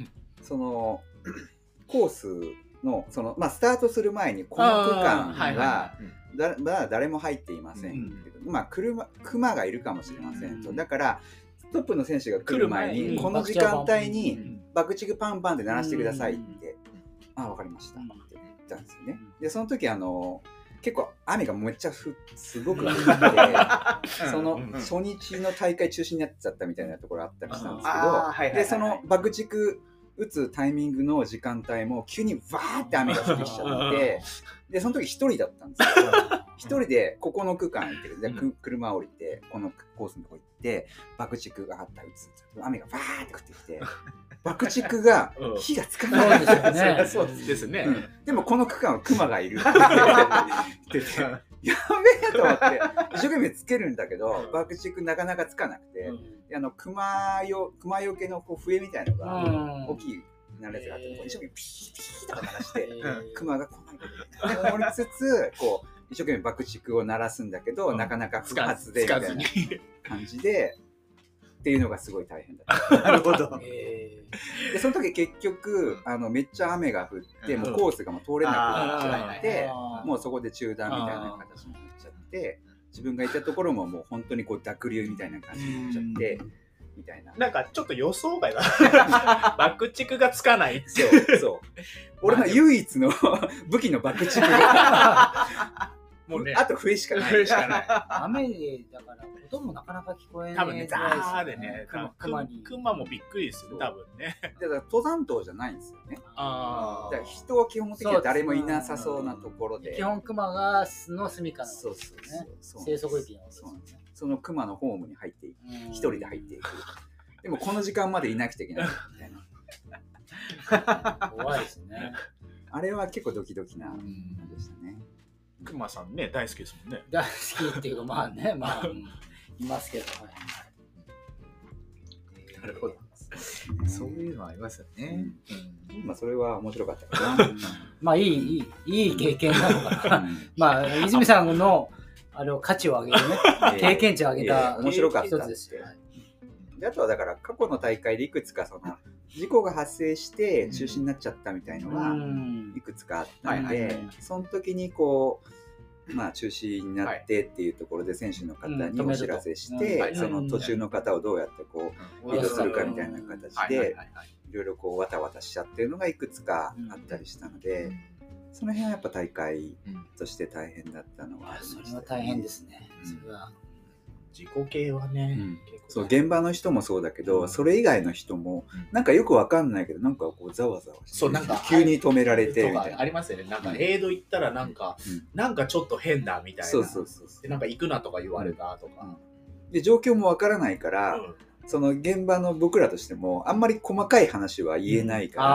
そのコースのスタートする前にこの区間は誰も入っていませんけど、熊がいるかもしれませんと。だからトップの選手が来る前にこの時間帯に爆竹パンパンで鳴らしてくださいって、分かりましたって言ったんですよね。でその時結構雨がめっちゃすごく降ってその初日の大会中止になっちゃったみたいなところあったりしたんですけど、でその爆竹打つタイミングの時間帯も急にバーって雨が降ってきちゃってでその時一人だったんですよ。一人でここの区間行ってるで車降りてこのコースのとこ行って爆竹があったら打つ雨がバーって降ってきて爆竹が火がつかないんですよね。 そうですね。 でもこの区間は熊がいるって言っててやべえと思って一生懸命つけるんだけど爆竹なかなかつかなくて、熊よけの笛みたいなのが大きいなるやつがあって一生懸命ピーピーとか鳴らして熊が来ないことで守りつつ一生懸命爆竹を鳴らすんだけど、なかなか不発でみたいな感じでっていうのがすごい大変だった。 なるほど。 でその時結局めっちゃ雨が降ってもうコースがもう通れなくなっちゃってもうそこで中断みたいな形になっちゃって自分がいたところももう本当に濁流みたいな感じになっちゃってみたいな。 なんかちょっと予想外だ。爆竹がつかないって。 そう俺の唯一の武器の爆竹がもうね、あと笛しかない。 雨でだから音もなかなか聞こえない。 多分ね、ザーでね、熊もびっくりする、多分ね。 だから登山道じゃないんですよね。だから人は基本的には誰もいなさそうなところで。 基本熊がの住みかなんですよね。生息域の。 その熊のホームに入っていく。一人で入っていく。でもこの時間までいなくちゃいけないみたいな。怖いですね。 あれは結構ドキドキな感じでしたね。 熊さんね、大好きですもんね。 大好きっていうか、まあね、いますけど。 なるほど。そういうのありますよね。 それは面白かったかな。 まあいい経験なのかな。泉さんのあれを価値を上げるね、経験値を上げた面白かった一つですよ。 あとはだから過去の大会でいくつか事故が発生して中止になっちゃったみたいのがいくつかあったので、その時に中止になってっていうところで選手の方にお知らせして、その途中の方をどうやって移動するかみたいな形でいろいろわたわたしちゃってるのがいくつかあったりしたので、その辺はやっぱ大会として大変だったのはありましたね。 それは大変ですね。それは自己系はね、 そう現場の人もそうだけど、それ以外の人もなんかよくわかんないけどなんかざわざわして、 なんか急に止められてみたいなありますよね。なんかエイド行ったらなんかちょっと変だみたいな。でなんか行くなとか言われたとか。 で状況もわからないから、その現場の僕らとしてもあんまり細かい話は言えないから、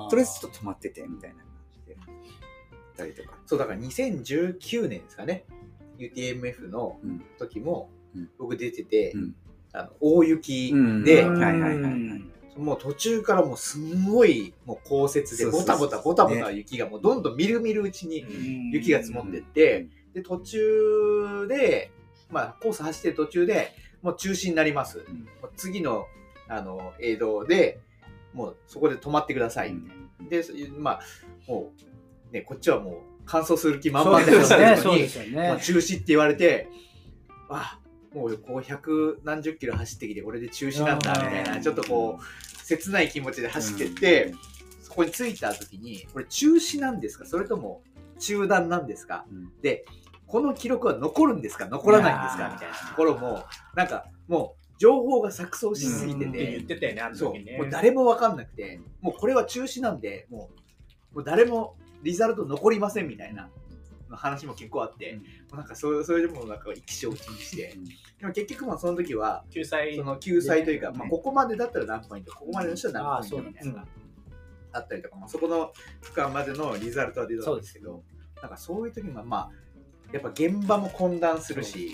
とりあえずちょっと止まっててみたいな感じでたりとか。 そうだから2019年ですかね。UTMF の時も僕出てて、大雪で、もう途中からもうすんごいもう降雪でボタボタ雪がもうどんどんみるみるうちに雪が積もってって、で途中でコース走ってる途中でもう中止になります。もう次のエイドでもうそこで止まってくださいみたいな。でもうねこっちはもう完走する気満々で走ってるのに中止って言われて、もう100何十キロ走ってきてこれで中止なんだみたいなちょっと切ない気持ちで走ってって、そこに着いた時にこれ中止なんですかそれとも中断なんですか、でこの記録は残るんですか残らないんですかみたいなところもなんかもう情報が錯綜しすぎてて、 言ってたよねあの時ね。 もう誰も分かんなくて、もうこれは中止なんでもう誰もリザルト残りませんみたいな話も結構あって、なんかそれでもなんか意気消沈して、でも結局その時は救済というか、ここまでだったら何ポイント、ここまでの人は何ポイントみたいなのがあったりとか、そこの区間までのリザルトは出たんですけど、なんかそういう時にはやっぱ現場も混乱するし、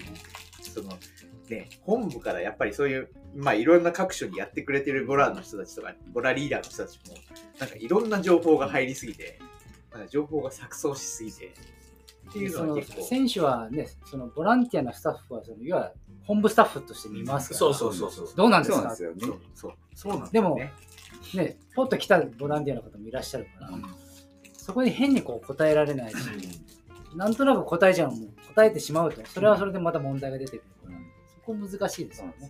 本部からやっぱりそういういろんな各所にやってくれてるボラの人たちとかボラリーダーの人たちもなんかいろんな情報が入りすぎて、なんか情報が錯綜しすぎてっていうのは結構選手はね、そのボランティアのスタッフはそのいわゆる本部スタッフとして見ますから、 そうどうなんですか。 そうなんですよね。 そうなんですでもよね。 ね、ポッと来たボランティアの方もいらっしゃるから、そこに変にこう答えられないし、なんとなく答えてしまうと、それはそれでまた問題が出てくるから、そこ難しいですよね。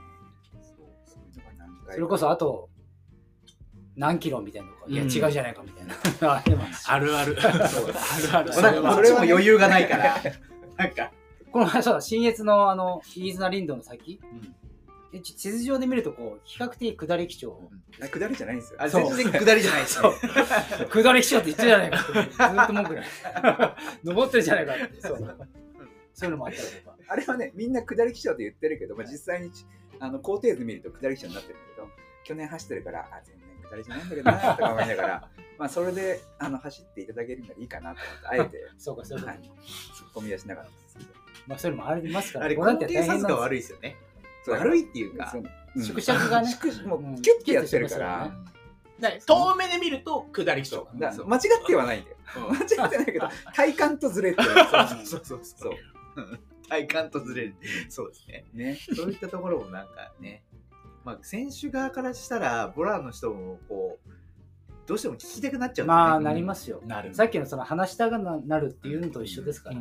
それこそあと何キロみたいなのか、いや違うじゃないかみたいなあるあるあるそれも余裕がないからなんかこの前そうだ、信越の飯綱林道の先、地図上で見るとこう比較的下り基調、 下りじゃないんですよ。 全然下りじゃないですよ。 下り基調って言ってるじゃないかってずっと文句ない登ってるじゃないかって、そういうのもあったりとか。 あれはね、みんな下り基調って言ってるけど、実際に高低図見ると下り基調になってるんだけど、去年走ってるから全然下りじゃないんだけどなとか思いながらそれで走っていただけるならいいかなと思って、あえてそうかそうか、 ツッコミ出しながらですけど、 そういうのもありますから、 あれ高低差が悪いですよね。悪いっていうか縮尺がね、 もうキュッてやってるから、 遠目で見ると下り基調、 間違ってはないんだよ。間違ってないけど体感とずれてる。 そう体感とずれる。そうですね。そういったところもなんかね、選手側からしたらボラの人もこうどうしても聞きたくなっちゃう。 なりますよ。さっきのその話したがなるっていうのと一緒ですから。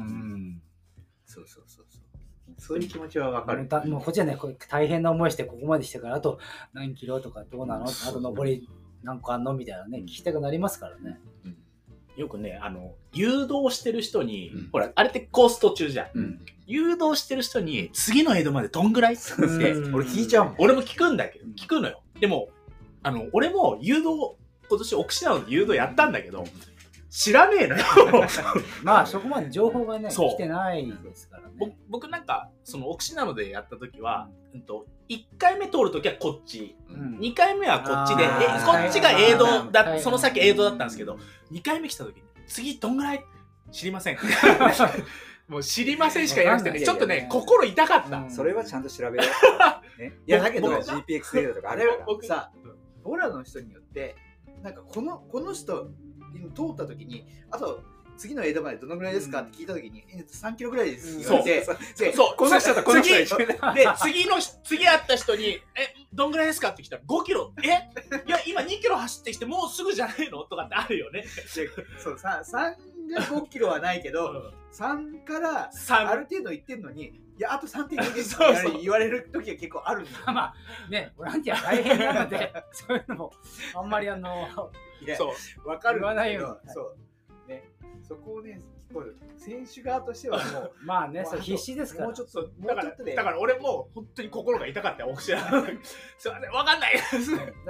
そういう気持ちは分かる。 もうこっちはね、大変な思いしてここまでしてから、あと何キロとかどうなの、あと上り何個あんのみたいなね、聞きたくなりますからね。 よくね、誘導してる人に、ほら、あれってコース途中じゃん。誘導してる人に、次の江戸までどんぐらいって俺聞いちゃうもん。 俺も聞くんだけど、聞くのよ。でも、俺も誘導、今年奥信濃で誘導やったんだけど、知らねえのよ。 そこまで情報がね、来てないですからね。 僕なんか、その奥信濃でやった時は、1回目通る時はこっち、2回目はこっちで、こっちが映像だ、その先映像だったんですけど、2回目来た時に、次どんぐらい知りません。もう知りませんしか言わなくて、ちょっとね、心痛かった。 それはちゃんと調べよう。いや、だけど、 GPX データとかあれはさ、ボラの人によって、なんかこの人、通った時に、あと次の江戸までどのぐらいですかって聞いた時に、3キロぐらいですって言われて、 この人とこの人で次会った人にどんぐらいですかって聞いたら5キロいや今2キロ走ってきてもうすぐじゃないのとかってあるよね。 そう3が5キロはないけど、3からある程度行ってんのに、いやあと 3.2 ですって言われる時は結構あるんだよ。 ね、ボランティア大変なのでそういうのもあんまりそう分かる言わないように、 そうね、そこをね、選手側としてはもうそう必死ですから。 もうちょっとだから俺も本当に心が痛かったよ、奥信濃。すいません、分かんないです。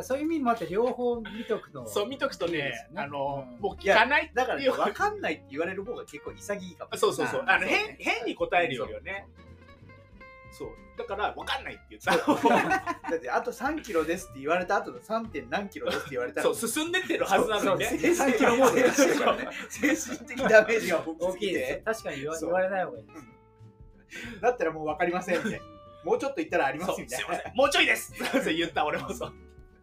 そういう意味もあって両方見とくと、 そう見とくとね、もう聞かない、 だから分かんないって言われる方が結構潔いかも。 そう変に答えるよりはね。そうだから分かんないって言った。 だってあと3キロですって言われた後の 3. 何キロですって言われたら、 そう進んでってるはずなのにね。 3キロモードでしてるからね。精神的ダメージが大きいで。 確かに言われない方がいいです。 だったらもう分かりませんみたいな。もうちょっと言ったらありますみたいな。 もうちょいですって言った俺もそう。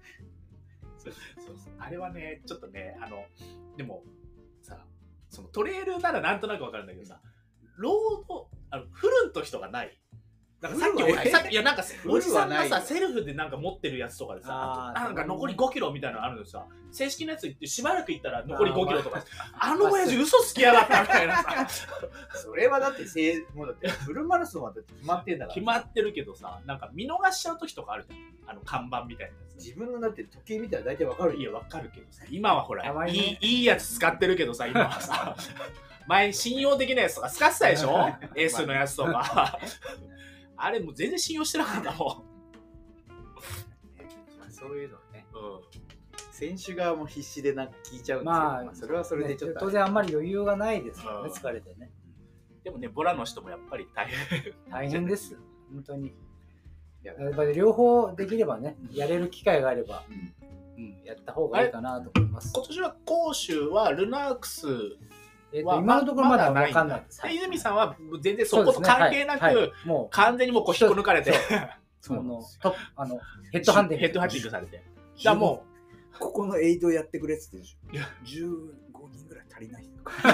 あれはね、ちょっとね、でもさ、そのトレイルならなんとなく分かるんだけどさ、ロードフルンと人がない。なんかさっきいやなんかおじさんがさセルフでなんか持ってるやつとかでさ、なんか残り5キロみたいなのあるのさ、正式なやつ言ってしばらく行ったら残り5キロとか、親父嘘つきやがったみたいなさ。 それはだってもうだってフルマラソンはだって決まってんだから。 決まってるけどさ、なんか見逃しちゃう時とかあるじゃん。看板みたいなやつ。 自分のだって時計見たら大体わかる。 いやわかるけどさ、今はほらいいやつ使ってるけどさ、今はさ、前信用できないやつとか使ってたでしょ。エースのやつとか。あれもう全然信用してなかったもん。 そういうのね、選手側も必死でなんか聞いちゃうんですよ。それはそれでちょっと、 当然あんまり余裕がないですからね、疲れてね。 でもね、ボラの人もやっぱり大変です本当に。やっぱり両方できればね、やれる機会があれば、やった方がいいかなと思います。 今年は甲州はルナークス今のところまだ分かんないです。 泉さんは全然そこと関係なく、もう完全にもう引っこ抜かれて、 ヘッドハンティングされて。じゃあもうここのエイドやってくれって言ってるでしょ。 人ぐらい足りない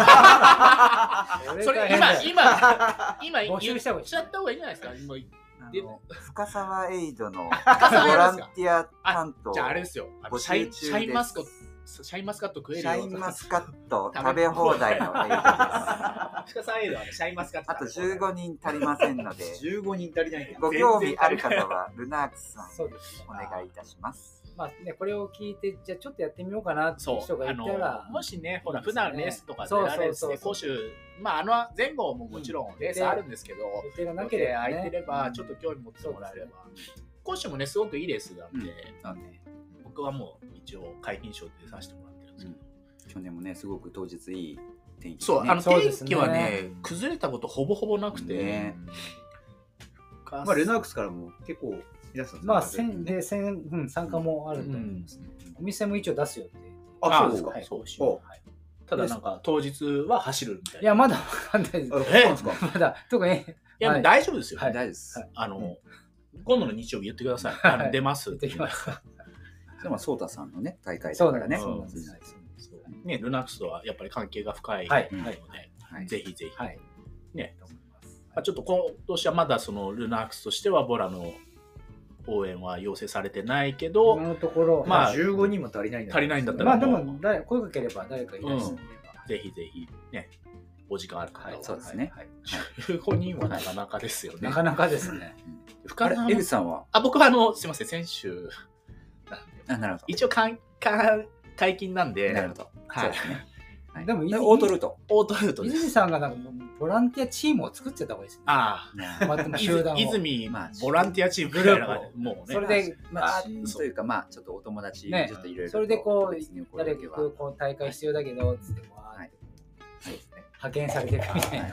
それ今募集した方がいい言っちゃった方がいいんじゃないですか。 深沢エイドのボ沢エイドランティア担当。 じゃああれですよ。シャインマスカット食えるよ。 シャインマスカット食べ放題のエイドです。 深沢エイドはね、シャインマスカット。 あと15人足りませんので、 15人足りないんだ。 ご興味ある方はルナークスさんそうですねお願いいたします。 まあね、これを聞いて、じゃあちょっとやってみようかなっていう人がいたら、 もしね、ほら、普段レースとか出られるんで、講習、まあ、前後ももちろんレースあるんですけど、 予定がなければ、 空いてれば、ちょっと興味持ってもらえれば、講習もね、すごくいいレースなんで、僕はもう一応、皆勤賞で出させてもらってるんですけど、 去年もね、すごく当日いい天気。 そう、天気はね、崩れたことほぼほぼなくて、 まあ、ルナークスからも結構、皆さんまあ、参加もあると思いますね。お店も一応出すよって。 あ、そうですか。 そうしよう。ただなんか当日は走るみたいな。 いや、まだわかんないです。まだ、特に。 いや、大丈夫ですよ。 大丈夫です。 今度の日曜日言ってください。出ます。 できます。 でも、ソータさんのね、大会だからね。 ね、ルナークスとはやっぱり関係が深いので、ぜひぜひ。ね。ちょっと今年はまだそのルナークスとしてはボラの応援は要請されてないけど、 今のところ、 まあ15人も足りないんだったら、 まあでも声かければ誰かいらっしゃれば、 ぜひぜひね、お時間ある方は。 そうですね。 15人はなかなかですよね。 なかなかですね。 江口さんは？ 僕はすいません、先週なるほど。 一応解禁なんで、 なるほど。そうですね。 でも、 オートルート。 泉さんがなんかボランティアチームを作っちゃった方がいいですね。 ああ、集団を。 泉ボランティアチームみたいな感じ。もうね。 それで、 というか、まあ、ちょっとお友達、ちょっといろいろ。 それでこう、誰かこう大会必要だけど、つって、派遣されてるみたいな。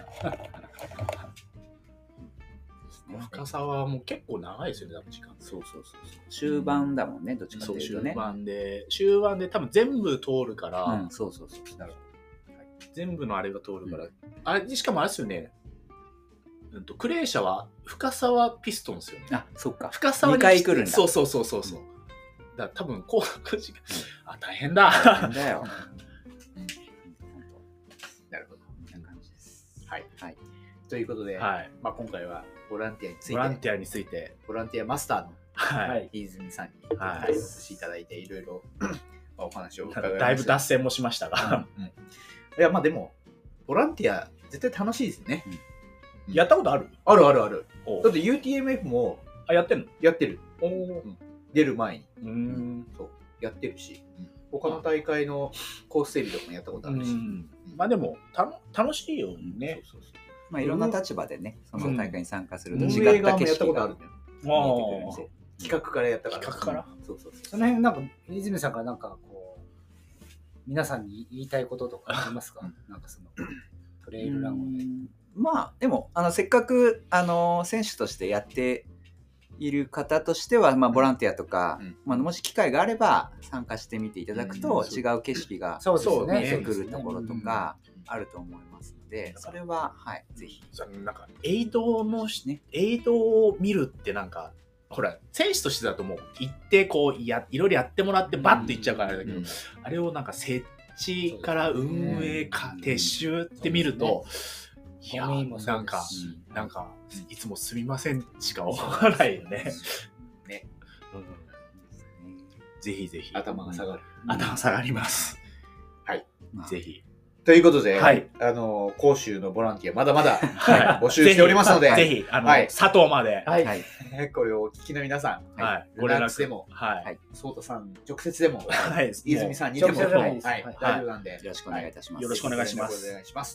深さはもう結構長いですよね、多分時間。 そう。終盤だもんね、どっちかっていうとね。 終盤で多分全部通るから、 そう。 なるほど。全部のあれが通るから。あれ、しかもあれですよね。クレーシャは深沢ピストンですよね。 あ、そっか。 深沢に 2回来るんだ。 そう。だから多分、こう、大変だ。 大変だよ。 なるほど。 こんな感じです。 はい。ということで、まあ今回はボランティアについて、ボランティアマスターの飯泉さんにお越しいただいて、いろいろお話を伺いました。 だいぶ脱線もしましたが。 いや、まあでも、ボランティア絶対楽しいですね。 やったことある？ ある。だって UTMF もやってんの？ やってる。出る前に。そう。やってるし、他の大会のコース整備とかもやったことあるし。 まあでも、楽しいよね。 まあいろんな立場でね、その大会に参加すると違った景色がある。 企画からやったから。 企画から。そう。 その辺なんか泉さんがなんかこう皆さんに言いたいこととかありますか？なんかそのトレイルランをね。 まあでもせっかく選手としてやっている方としては、まあボランティアとか、まあもし機会があれば参加してみていただくと違う景色が見えてくるところとかあると思いますので、それはぜひ。 なんかエイドを見るってなんか。ほら選手としてだともう行ってこういろいろやってもらってバッと行っちゃうからあれだけど、あれをなんか設置から運営か撤収って見ると、いやなんかいつもすみませんしか思わないよね。ぜひぜひ頭が下がります。はい、ぜひ。 ということで、甲州のボランティアまだまだ募集しておりますので、 ぜひ佐藤まで、 これをお聞きの皆さん、 ご連絡でも、ソータさん直接でも、泉さんにでも、大丈夫なんで、 よろしくお願いいたします。 よろしくお願いします。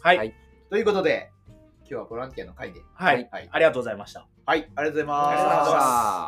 ということで、今日はボランティアの会で、 ありがとうございました。 ありがとうございます。